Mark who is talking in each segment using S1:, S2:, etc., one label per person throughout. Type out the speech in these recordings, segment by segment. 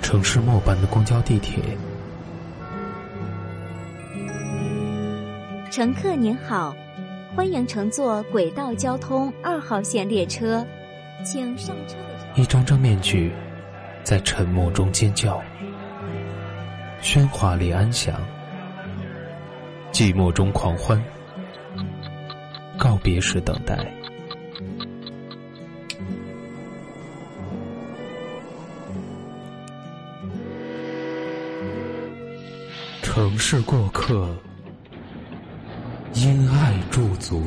S1: 城市末班的公交地铁。
S2: 乘客您好，欢迎乘坐轨道交通2号线列车，请上车的。
S1: 一张张面具在沉默中尖叫，喧哗里安详，寂寞中狂欢，告别时等待。城市过客，因爱驻足。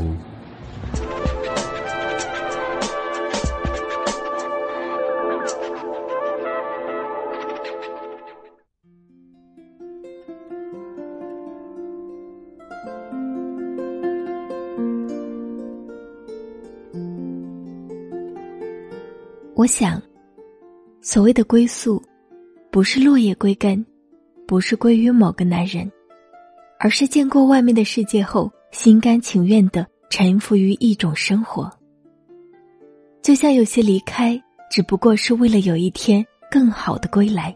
S3: 我想，所谓的归宿，不是落叶归根，不是归于某个男人，而是见过外面的世界后，心甘情愿地臣服于一种生活。就像有些离开，只不过是为了有一天更好的归来。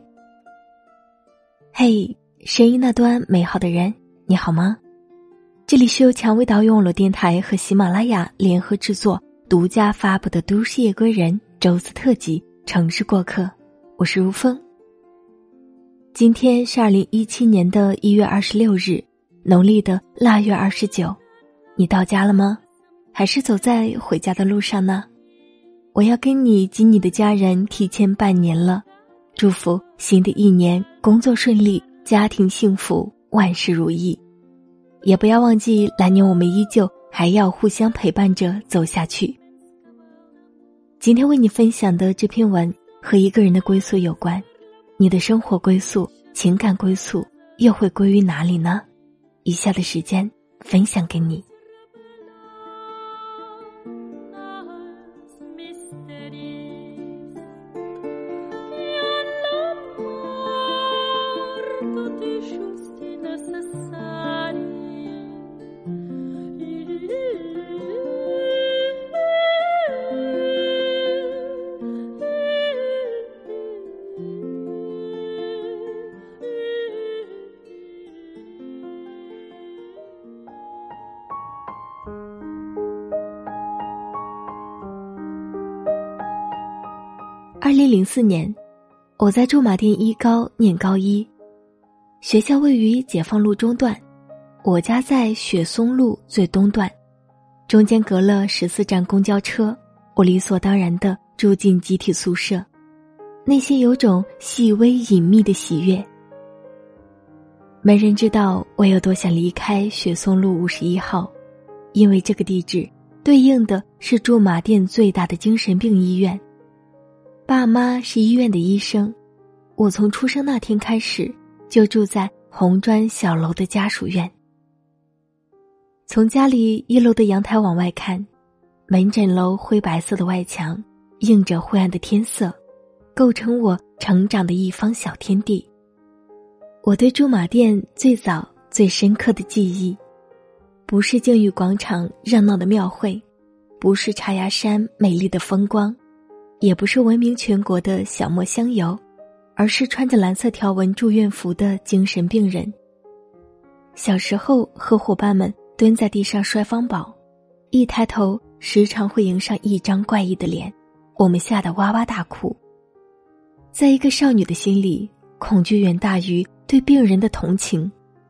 S3: 嘿，声音那端美好的人，你好吗？这里是由蔷薇岛屿网络电台和喜马拉雅联合制作，独家发布的都市夜归人周四特辑城市过客，我是如风。今天是2017年的1月26日，农历的腊月29，你到家了吗？还是走在回家的路上呢？我要跟你及你的家人提前半年了，祝福新的一年工作顺利，家庭幸福，万事如意。也不要忘记来年我们依旧还要互相陪伴着走下去。今天为你分享的这篇文和一个人的归宿有关，你的生活归宿、情感归宿又会归于哪里呢？以下的时间分享给你。2004年，我在驻马店一高念高一，学校位于解放路中段，我家在雪松路最东段，中间隔了14站公交车，我理所当然地住进集体宿舍，内心有种细微隐秘的喜悦。没人知道我有多想离开雪松路51号，因为这个地址对应的是驻马店最大的精神病医院。爸妈是医院的医生，我从出生那天开始就住在红砖小楼的家属院。从家里1楼的阳台往外看，门诊楼灰白色的外墙映着灰暗的天色，构成我成长的一方小天地。我对驻马店最早最深刻的记忆，不是靖宇广场热闹的庙会，不是茶芽山美丽的风光，也不是闻名全国的小磨香油，而是穿着蓝色条纹住院服的精神病人。小时候和伙伴们蹲在地上摔方宝，一抬头时常会迎上一张怪异的脸，我们吓得哇哇大哭。在一个少女的心里，恐惧远大于对病人的同情。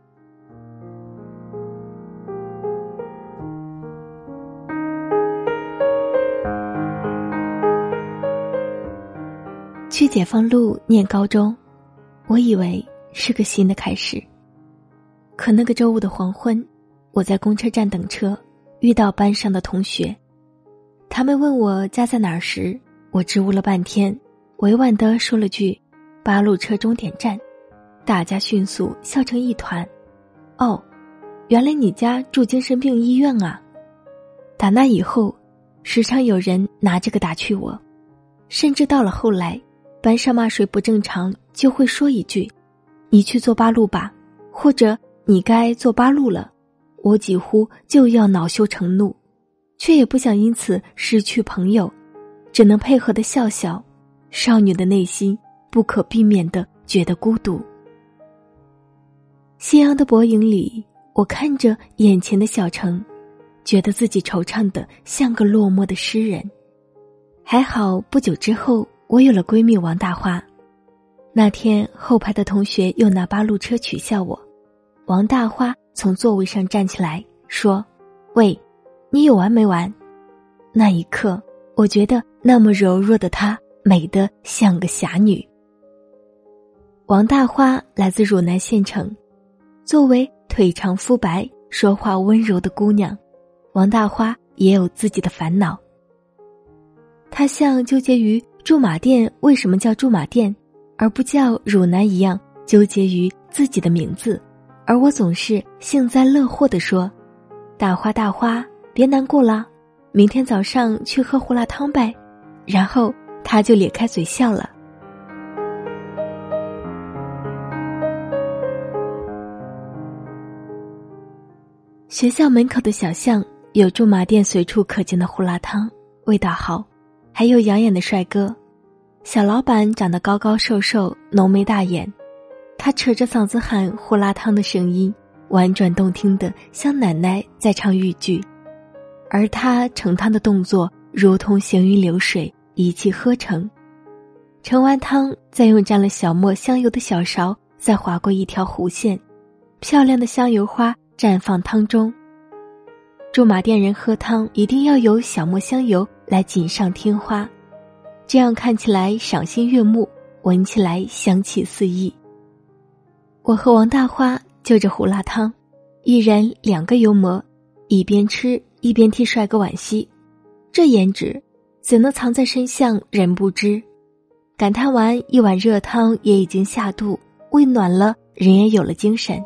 S3: 去解放路念高中，我以为是个新的开始。可那个周五的黄昏，我在公车站等车，遇到班上的同学。他们问我家在哪儿时，我支吾了半天，委婉地说了句8路车终点站。大家迅速笑成一团。哦，原来你家住精神病医院啊。打那以后，时常有人拿这个打趣我，甚至到了后来，班上骂谁不正常，就会说一句你去做8路吧，或者你该做8路了。我几乎就要恼羞成怒，却也不想因此失去朋友，只能配合的笑笑。少女的内心不可避免地觉得孤独。夕阳的薄影里，我看着眼前的小城，觉得自己惆怅得像个落寞的诗人。还好不久之后，我有了闺蜜王大花。那天后排的同学又拿8路车取笑我，王大花从座位上站起来说：“喂，你有完没完？”那一刻，我觉得那么柔弱的她美得像个侠女。王大花来自汝南县城，作为腿长肤白、说话温柔的姑娘，王大花也有自己的烦恼。她像纠结于驻马店为什么叫驻马店，而不叫汝南一样纠结于自己的名字，而我总是幸灾乐祸地说：“大花大花，别难过了，明天早上去喝胡辣汤呗。”然后她就咧开嘴笑了。学校门口的小巷有驻马店随处可见的胡辣汤，味道好，还有养眼的帅哥。小老板长得高高瘦瘦，浓眉大眼，他扯着嗓子喊胡辣汤的声音婉转动听的像奶奶在唱豫剧，而他盛汤的动作如同行云流水，一气呵成。盛完汤，再用沾了小磨香油的小勺再划过一条弧线，漂亮的香油花绽放汤中。驻马店人喝汤一定要有小磨香油来锦上添花，这样看起来赏心悦目，闻起来香气四溢。我和王大花就着胡辣汤，一人2个油馍，一边吃一边替帅哥惋惜，这颜值怎能藏在身巷人不知。感叹完一碗热汤也已经下肚，胃暖了，人也有了精神。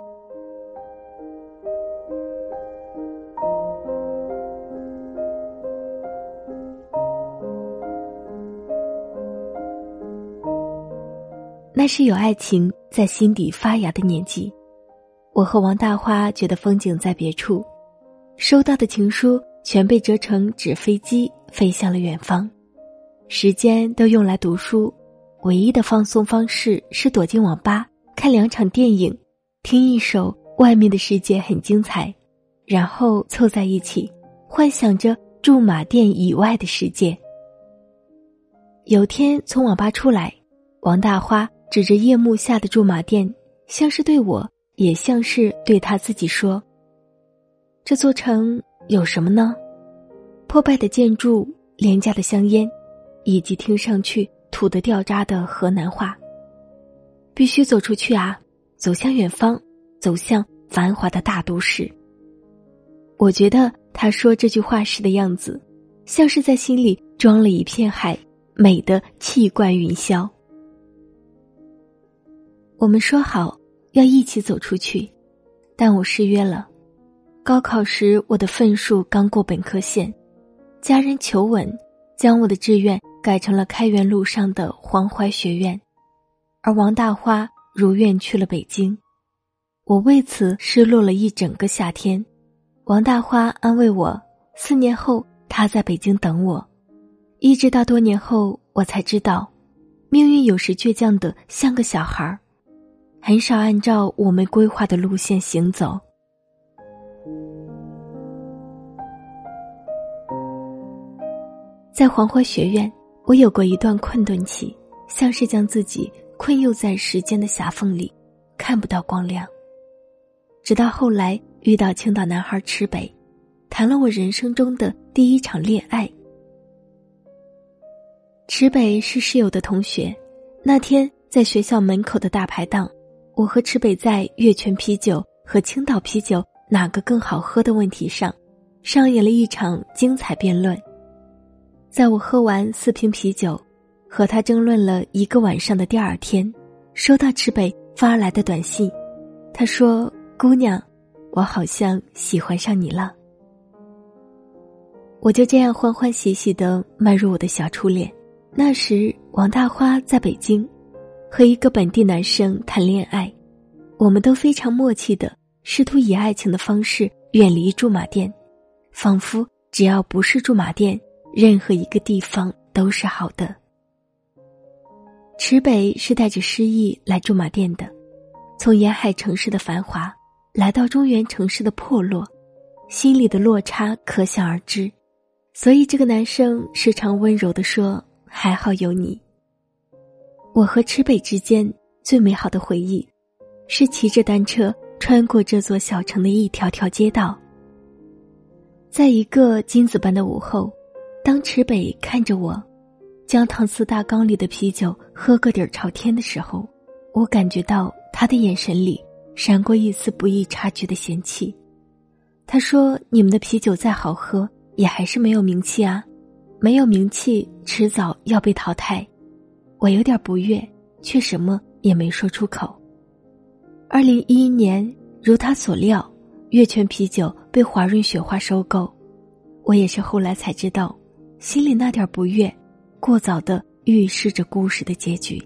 S3: 那是有爱情在心底发芽的年纪，我和王大花觉得风景在别处，收到的情书全被折成纸飞机飞向了远方。时间都用来读书，唯一的放松方式是躲进网吧看2场电影，听一首外面的世界很精彩，然后凑在一起幻想着驻马店以外的世界。有天从网吧出来，王大花指着夜幕下的驻马店，像是对我，也像是对他自己说：“这座城有什么呢？破败的建筑，廉价的香烟，以及听上去土得掉渣的河南话。必须走出去啊，走向远方，走向繁华的大都市。”我觉得他说这句话时的样子，像是在心里装了一片海，美得气贯云霄。我们说好要一起走出去，但我失约了。高考时我的分数刚过本科线，家人求稳，将我的志愿改成了开元路上的黄淮学院，而王大花如愿去了北京。我为此失落了一整个夏天。王大花安慰我，4年后他在北京等我。一直到多年后，我才知道，命运有时倔强的像个小孩，很少按照我们规划的路线行走。在黄淮学院，我有过一段困顿期，像是将自己困囿在时间的狭缝里，看不到光亮。直到后来遇到青岛男孩池北，谈了我人生中的第1场恋爱。池北是室友的同学，那天在学校门口的大排档，我和池北在月泉啤酒和青岛啤酒哪个更好喝的问题上，上演了一场精彩辩论。在我喝完4瓶啤酒，和他争论了1个晚上的第2天，收到池北发来的短信，他说：“姑娘，我好像喜欢上你了。”我就这样欢欢喜喜地迈入我的小初恋。那时王大花在北京和一个本地男生谈恋爱，我们都非常默契地试图以爱情的方式远离驻马店，仿佛只要不是驻马店，任何一个地方都是好的。 池北是带着诗意来驻马店的，从沿海城市的繁华来到中原城市的破落，心里的落差可想而知。所以这个男生时常温柔地说，还好有你。我和池北之间最美好的回忆是骑着单车穿过这座小城的一条条街道。在一个金子般的午后，当池北看着我将搪瓷大缸里的啤酒喝个底儿朝天的时候，我感觉到他的眼神里闪过一丝不易察觉的嫌弃。他说，你们的啤酒再好喝也还是没有名气啊，没有名气迟早要被淘汰。我有点不悦，却什么也没说出口。2011年，如他所料，月泉啤酒被华润雪花收购。我也是后来才知道，心里那点不悦过早地预示着故事的结局。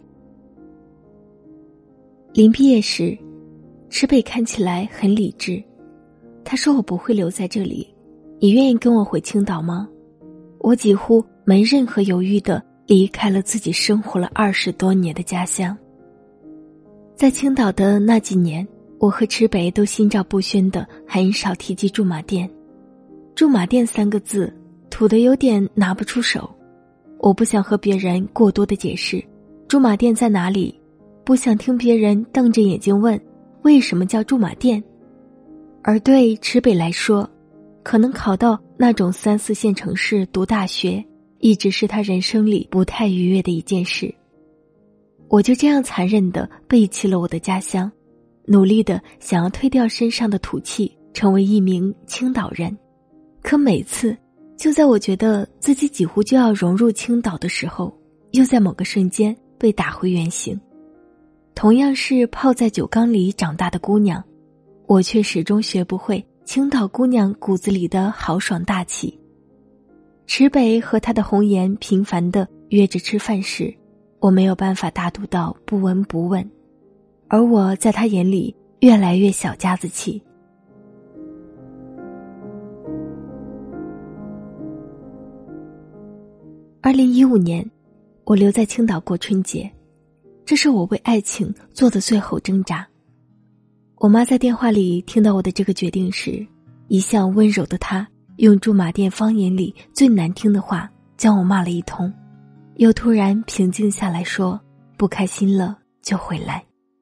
S3: 临毕业时，池北看起来很理智。他说，我不会留在这里，你愿意跟我回青岛吗？我几乎没任何犹豫地离开了自己生活了20多年的家乡。在青岛的那几年，我和池北都心照不宣地很少提及驻马店。驻马店3个字土得有点拿不出手，我不想和别人过多的解释驻马店在哪里，不想听别人瞪着眼睛问为什么叫驻马店。而对池北来说，可能考到那种3、4线城市读大学一直是他人生里不太愉悦的一件事。我就这样残忍地背弃了我的家乡，努力地想要推掉身上的土气，成为一名青岛人。可每次就在我觉得自己几乎就要融入青岛的时候，又在某个瞬间被打回原形。同样是泡在酒缸里长大的姑娘，我却始终学不会青岛姑娘骨子里的豪爽大气。池北和他的红颜频繁地约着吃饭时，我没有办法大度到不闻不问，而我在他眼里越来越小家子气。2015年，我留在青岛过春节，这是我为爱情做的最后挣扎。我妈在电话里听到我的这个决定时，一向温柔的她用驻马店方言里最难听的话将我骂了一通，又突然平静下来说，不开心了就回来。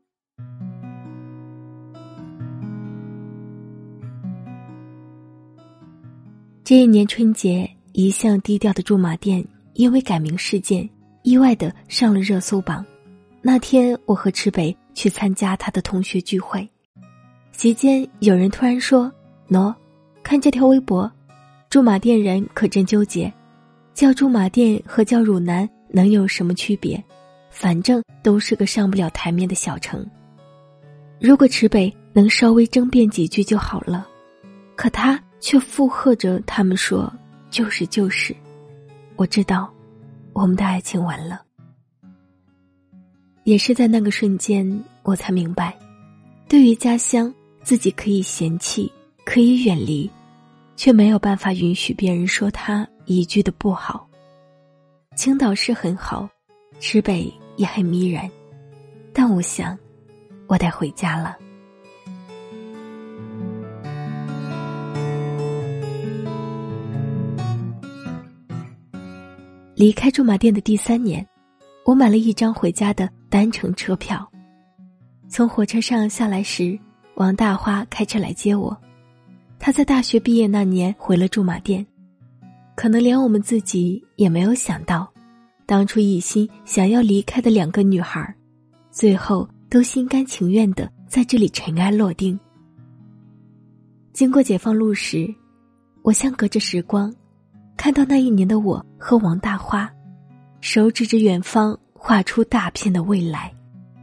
S3: 这一年春节，一向低调的驻马店因为改名事件意外地上了热搜榜。那天我和池北去参加他的同学聚会，席间有人突然说，喏，看这条微博，驻马店人可真纠结，叫驻马店和叫汝南能有什么区别？反正都是个上不了台面的小城。如果池北能稍微争辩几句就好了，可他却附和着他们说，就是。我知道，我们的爱情完了。也是在那个瞬间，我才明白，对于家乡，自己可以嫌弃，可以远离，却没有办法允许别人说他一句的不好。青岛是很好，池北也很迷人，但我想，我得回家了。离开驻马店的第3年，我买了一张回家的单程车票。从火车上下来时，王大花开车来接我。他在大学毕业那年回了驻马店，可能连我们自己也没有想到，当初一心想要离开的2个女孩，最后都心甘情愿地在这里尘埃落定。经过解放路时，我像隔着时光，看到那一年的我和王大花，手指着远方，画出大片的未来。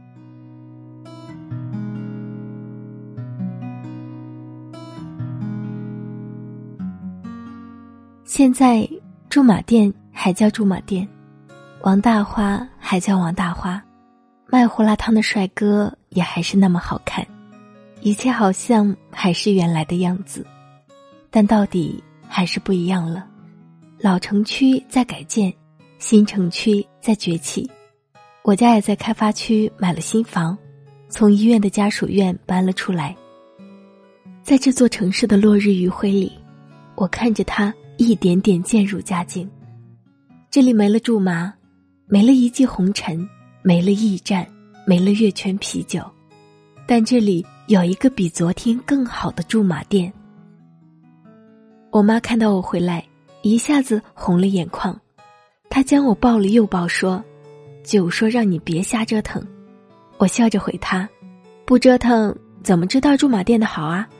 S3: 现在驻马店还叫驻马店，王大花还叫王大花，卖胡辣汤的帅哥也还是那么好看，一切好像还是原来的样子，但到底还是不一样了。老城区在改建，新城区在崛起， 我家也在开发区买了新房，从医院的家属院搬了出来。在这座城市的落日余晖里，我看着它一点点渐入佳境。这里没了驻马，没了一骑红尘，没了驿站，没了月泉啤酒，但这里有一个比昨天更好的驻马店。我妈看到我回来，一下子红了眼眶，她将我抱了又抱，说：“就说让你别瞎折腾。”我笑着回她：“不折腾怎么知道驻马店的好啊？”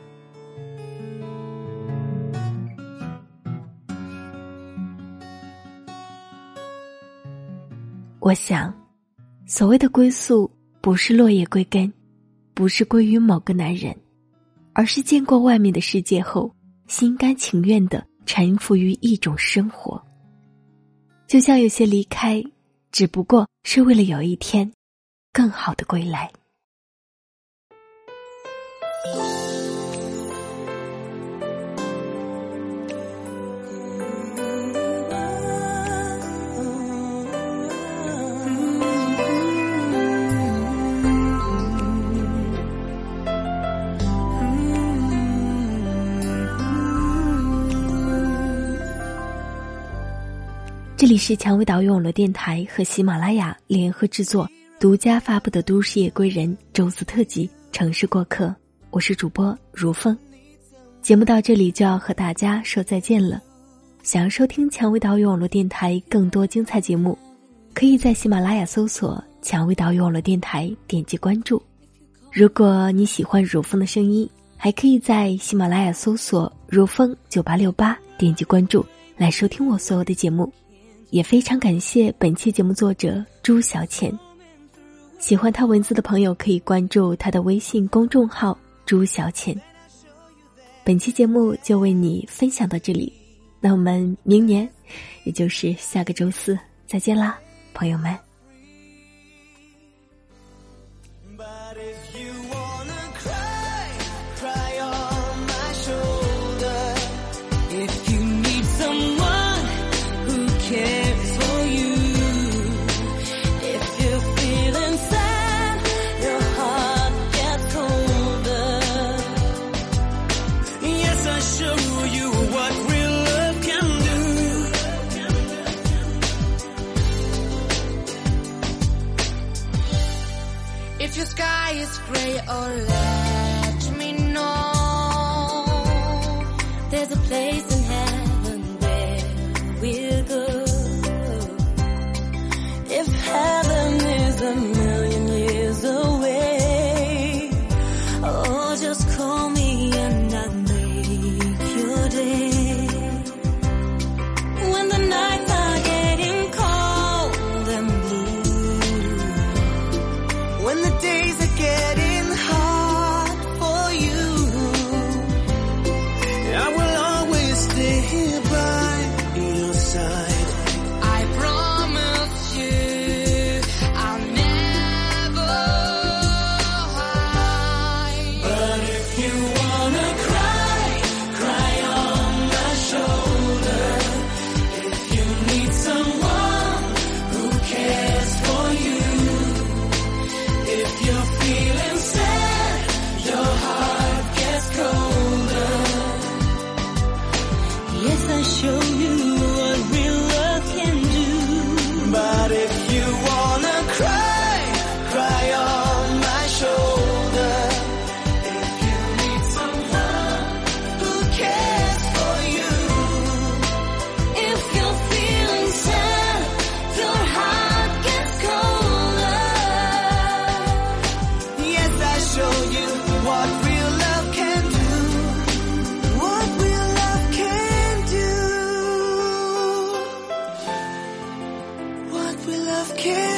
S3: 我想，所谓的归宿，不是落叶归根，不是归于某个男人，而是见过外面的世界后，心甘情愿地臣服于一种生活。就像有些离开，只不过是为了有一天更好的归来。这里是蔷薇岛屿网络电台和喜马拉雅联合制作独家发布的都市夜归人周四特辑城市过客，我是主播如风。节目到这里就要和大家说再见了。想要收听蔷薇岛屿网络电台更多精彩节目，可以在喜马拉雅搜索蔷薇岛屿网络电台，点击关注。如果你喜欢如风的声音，还可以在喜马拉雅搜索如风9868，点击关注来收听我所有的节目。也非常感谢本期节目作者朱小浅，喜欢他文字的朋友可以关注他的微信公众号朱小浅。本期节目就为你分享到这里，那我们明年，也就是下个周四再见啦，朋友们。
S4: If your sky is gray, oh, let me know. There's a place in heaven where we'll go. If heaven is a million years away, oh, just call me and I'll make your day. When the nights are getting cold and blue, when the days are getting hard for you, I will always stay here by your side. I promise you I'll never hide. But if you wanna cry, cry on my shoulder. If you need someone who cares for you, if you're feeling sad, your heart gets colder. Yes, I show you what real love can do. But if you wanna cry, cry on my shoulder. If you need someone who cares for you, if you're feeling sad, your heart gets colder. Yes, I show you what real love can do. What real love can do. What real love can